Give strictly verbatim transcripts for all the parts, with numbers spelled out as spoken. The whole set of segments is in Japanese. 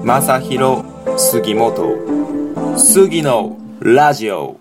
正弘杉本杉のラジオ。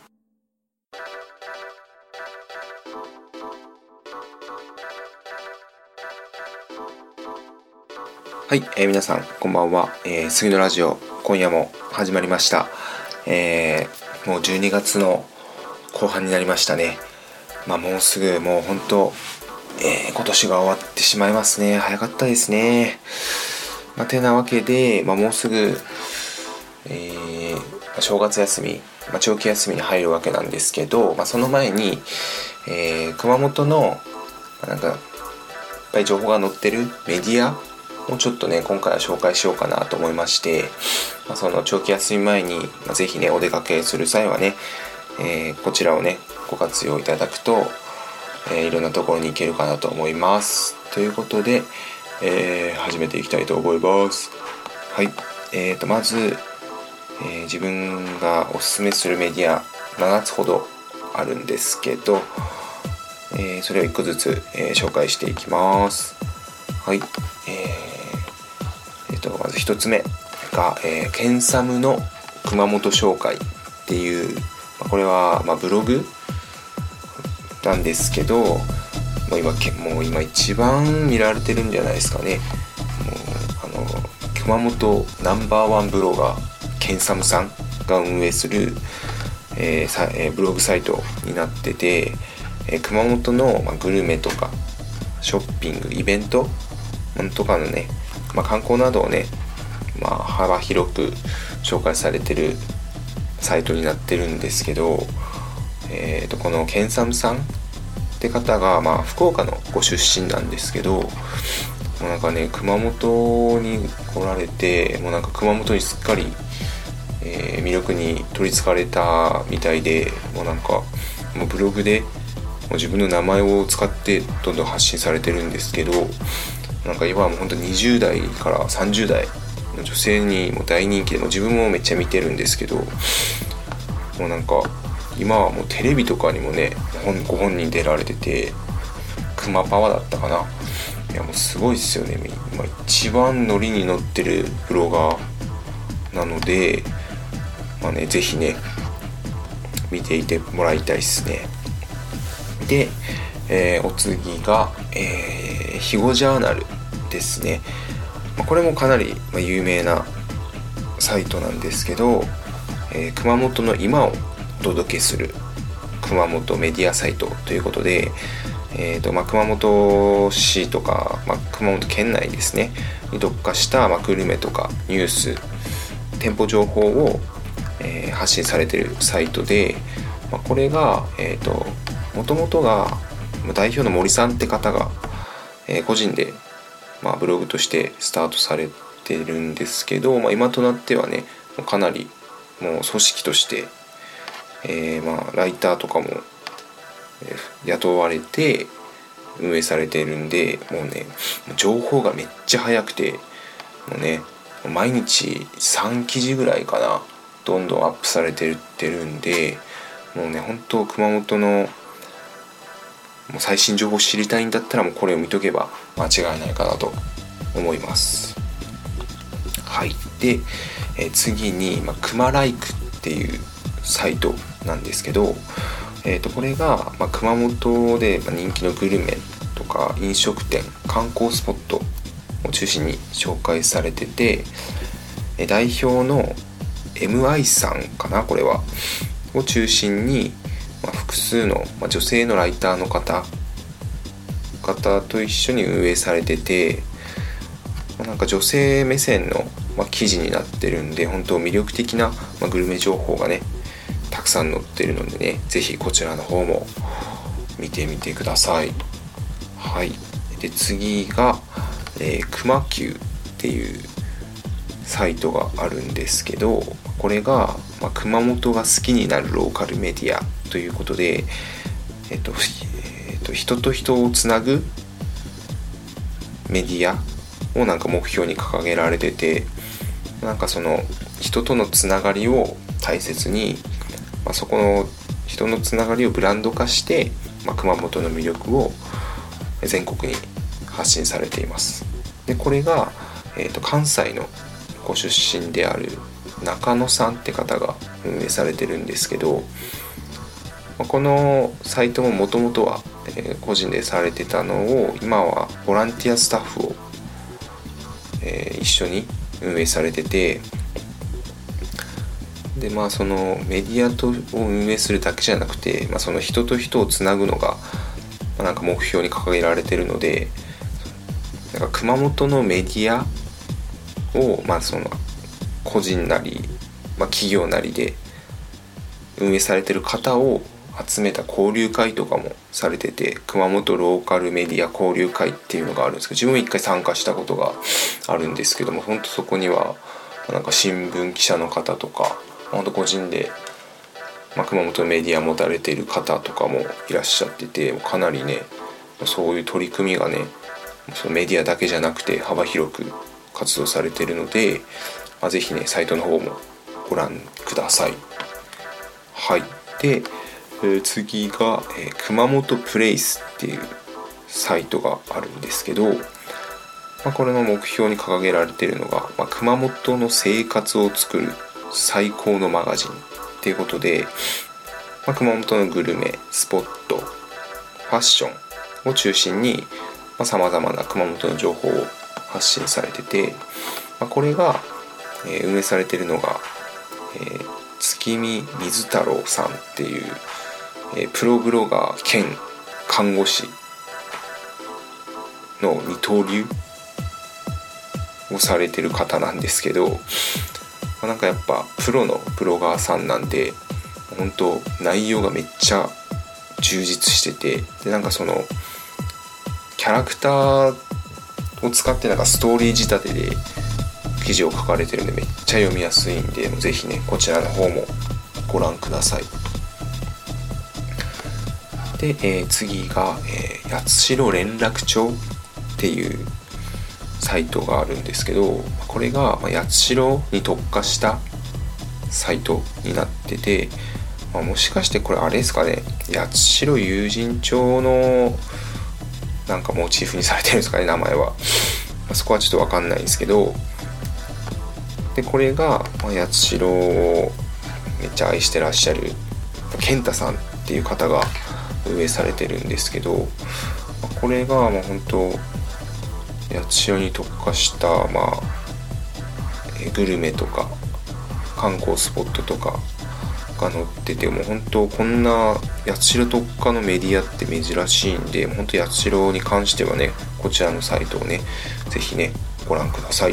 はい、えー、皆さんこんばんは、えー、杉のラジオ今夜も始まりました。えー、もうじゅうにがつの後半になりましたね。まあもうすぐもう本当、えー、今年が終わってしまいますね。早かったですね。まあ、てなわけで、まあ、もうすぐ、えー、正月休み、まあ、長期休みに入るわけなんですけど、まあ、その前に、えー、熊本のなんかいっぱい情報が載ってるメディアをちょっとね今回は紹介しようかなと思いまして、まあ、その長期休み前に、まあ、ぜひねお出かけする際はね、えー、こちらをねご活用いただくと、えー、いろんなところに行けるかなと思います。ということで、えー、始めていきたいと思います。はい、えーとまず、えー、自分がおすすめするメディアななつほどあるんですけど、えー、それをいっこずつ、えー、紹介していきます。はい、えーえー、とまずひとつめが、えー、ケンサムの熊本紹介っていう、まあ、これは、まあ、ブログなんですけど、もう 今, もう今一番見られてるんじゃないですかね。もうあの熊本ナンバーワンブロガーケンサムさんが運営する、えーさえー、ブログサイトになってて、えー、熊本の、まあ、グルメとかショッピングイベントとかのね、まあ、観光などをね、まあ、幅広く紹介されてるサイトになってるんですけど、えー、とこのケンサムさんって方が、まあ、福岡のご出身なんですけど、もうなんかね熊本に来られて、もうなんか熊本にすっかり、えー、魅力に取りつかれたみたいで、もうなんかもうブログでもう自分の名前を使ってどんどん発信されてるんですけど、なんか今はもうほんとにじゅう代からさんじゅう代の女性にも大人気で、もう自分もめっちゃ見てるんですけど、もうなんか今はもうテレビとかにもねご本人出られてて、クマパワだったかな。いやもうすごいっすよね。今一番ノリに乗ってるブロガーなので、まあねぜひね見ていてもらいたいっすね。で、えー、お次が、えー、肥後ジャーナルですね。まあ、これもかなり有名なサイトなんですけど、えー、熊本の今をお届けする熊本メディアサイトということで、えーとまあ、熊本市とか、まあ、熊本県内ですねに特化した、まあ、グルメとかニュース店舗情報を、えー、発信されているサイトで、まあ、これが、えーと、もともとが代表の森さんって方が、えー、個人で、まあ、ブログとしてスタートされてるんですけど、まあ、今となってはねかなりもう組織としてえー、まあライターとかも、えー、雇われて運営されているんで、もうね情報がめっちゃ早くて、もうね毎日さんきじぐらいかなどんどんアップされてってるんで、もうね本当熊本のもう最新情報を知りたいんだったらもうこれを見とけば間違いないかなと思います。はい。で、えー、次に、まあ、クマライクっていうサイトなんですけど、えー、とこれが、まあ、熊本で人気のグルメとか飲食店観光スポットを中心に紹介されてて、代表の エムアイ さんかなこれはを中心に、まあ、複数の、まあ、女性のライターの方方と一緒に運営されてて、まあ、なんか女性目線の、まあ、記事になってるんで本当魅力的な、まあ、グルメ情報がねたくさん載ってるのでね、ぜひこちらの方も見てみてください。はい。で次が、えー、熊急っていうサイトがあるんですけど、これが、まあ、熊本が好きになるローカルメディアということで、えっと、えっと、人と人をつなぐメディアをなんか目標に掲げられてて、なんかその人とのつながりを大切に、まあ、そこの人のつながりをブランド化して、まあ、熊本の魅力を全国に発信されています。でこれが、えーと、関西のご出身である中野さんって方が運営されてるんですけど、このサイトももともとは個人でされてたのを今はボランティアスタッフを一緒に運営されてて、でまあそのメディアとを運営するだけじゃなくて、まあ、その人と人をつなぐのがなんか目標に掲げられてるので、なんか熊本のメディアをまあその個人なり、まあ、企業なりで運営されてる方を集めた交流会とかもされてて、熊本ローカルメディア交流会っていうのがあるんですけど、自分も一回参加したことがあるんですけども、本当そこにはなんか新聞記者の方とか本当個人で、まあ、熊本メディア持たれている方とかもいらっしゃってて、かなりねそういう取り組みがねそのメディアだけじゃなくて幅広く活動されているので、まあ、ぜひねサイトの方もご覧ください。はい。で、えー、次が、えー、熊本プレイスっていうサイトがあるんですけど、まあ、これの目標に掲げられているのが、まあ、熊本の生活を作る最高のマガジンっていうことで、まあ、熊本のグルメ、スポット、ファッションを中心にさまざ、まな熊本の情報を発信されてて、まあ、これが、えー、運営されているのが、えー、月見水太郎さんっていう、えー、プロブロガー兼看護師の二刀流をされてる方なんですけど、まあ、なんかやっぱプロのブロガーさんなんで本当内容がめっちゃ充実してて、でなんかそのキャラクターを使ってなんかストーリー仕立てで記事を書かれてるんでめっちゃ読みやすいんで、ぜひねこちらの方もご覧ください。で、えー、次が、えー、八代連絡帳っていうサイトがあるんですけど、これが八代に特化したサイトになってて、まあ、もしかしてこれあれですかね、八代友人帳のなんかモチーフにされてるんですかね、名前は。まあ、そこはちょっと分かんないんですけど、でこれが、まあ、八代をめっちゃ愛してらっしゃる健太さんっていう方が運営されてるんですけど、まあ、これがもう本当八代に特化した、まあ、えグルメとか観光スポットとかが載ってて、もう本当こんな八代特化のメディアって珍しいんで、本当八代に関してはねこちらのサイトをねぜひねご覧ください。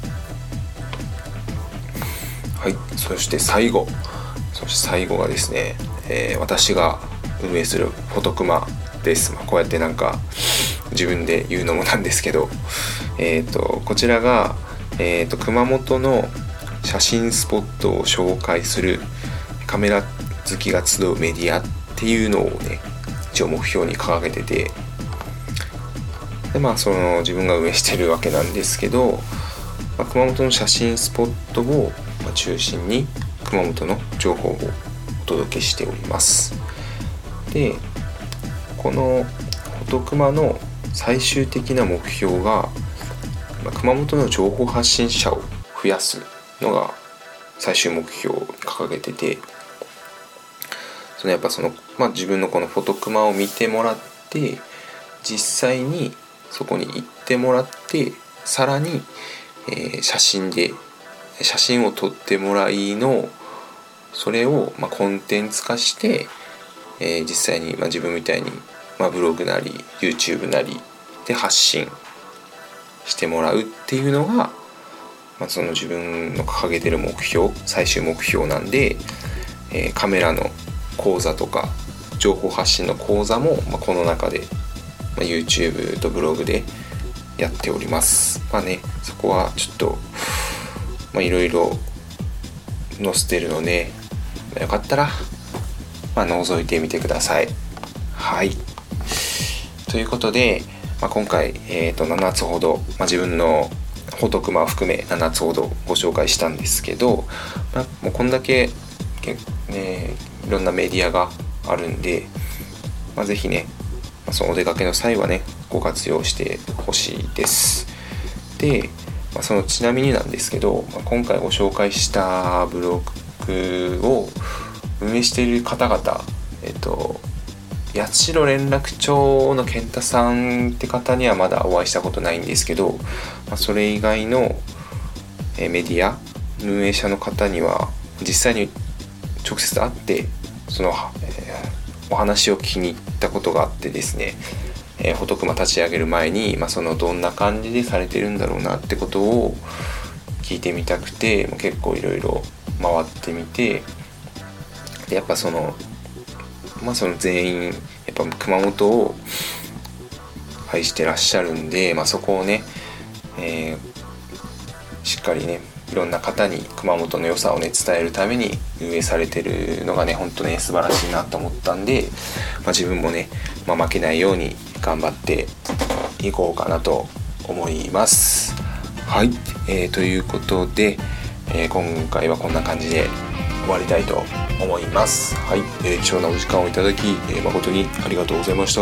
はい。そして最後そして最後がですね、えー、私が運営するフォトクマです。まあ、こうやってなんか自分で言うのもなんですけど、えー、とこちらが、えー、と熊本の写真スポットを紹介するカメラ好きが集うメディアっていうのをね一応目標に掲げてて、でまあその自分が運営してるわけなんですけど、まあ、熊本の写真スポットを中心に熊本の情報をお届けしております。でこのフォトクマの最終的な目標が、まあ、熊本の情報発信者を増やすのが最終目標に掲げてて、そのやっぱその、まあ、自分のこのフォトクマを見てもらって実際にそこに行ってもらって、さらに、えー、写真で写真を撮ってもらいのそれを、まあ、コンテンツ化して、えー、実際に、まあ、自分みたいに、まあ、ブログなり YouTube なりで発信してもらうっていうのが、まあ、その自分の掲げてる目標最終目標なんで、えー、カメラの講座とか情報発信の講座も、まあ、この中で、まあ、YouTube とブログでやっております。まあねそこはちょっとまあいろいろ載せてるので、よかったら、まあ、覗いてみてください。はい。ということで、まあ、今回、えーと、ななつほど、まあ、自分のフォトクマを含めななつほどご紹介したんですけど、まあ、もうこんだけ、ね、いろんなメディアがあるんで、まあ、ぜひね、まあ、そのお出かけの際はね、ご活用してほしいです。で、 まあ、そのちなみになんですけど、まあ、今回ご紹介したブログを運営している方々、えっと八代連絡帳の健太さんって方にはまだお会いしたことないんですけど、まあ、それ以外のメディア運営者の方には実際に直接会ってその、えー、お話を聞きに行ったことがあってですね、えー、フォトクマ立ち上げる前に、まあ、そのどんな感じでされてるんだろうなってことを聞いてみたくて、まあ、結構いろいろ回ってみて、でやっぱそのまあその全員やっぱ熊本を愛してらっしゃるんで、まあ、そこをね、えー、しっかりねいろんな方に熊本の良さをね伝えるために運営されてるのがね本当ね素晴らしいなと思ったんで、まあ、自分もね、まあ、負けないように頑張っていこうかなと思います。はい、えー、ということで、えー、今回はこんな感じで終わりたいと思います。はい、えー、貴重なお時間をいただき、えー、誠にありがとうございました。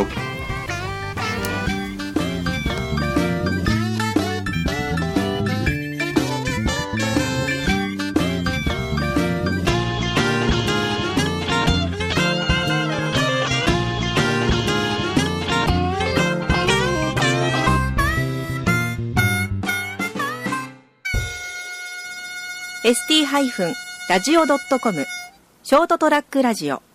エスティー ラジオ ドットコム ショートトラックラジオ